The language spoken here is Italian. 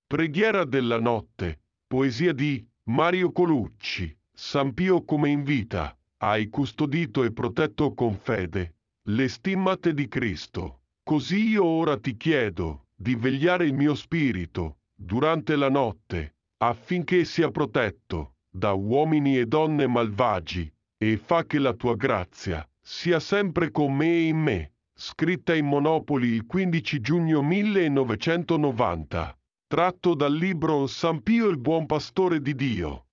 Preghiera della notte, poesia di Mario Colucci. San Pio come invita, hai custodito e protetto con fede le stimmate di Cristo. Così io ora ti chiedo di vegliare il mio spirito durante la notte, affinché sia protetto da uomini e donne malvagi, e fa che la tua grazia sia sempre con me e in me. Scritta in Monopoli il 15 giugno 1990. Tratto dal libro San Pio il buon pastore di Dio.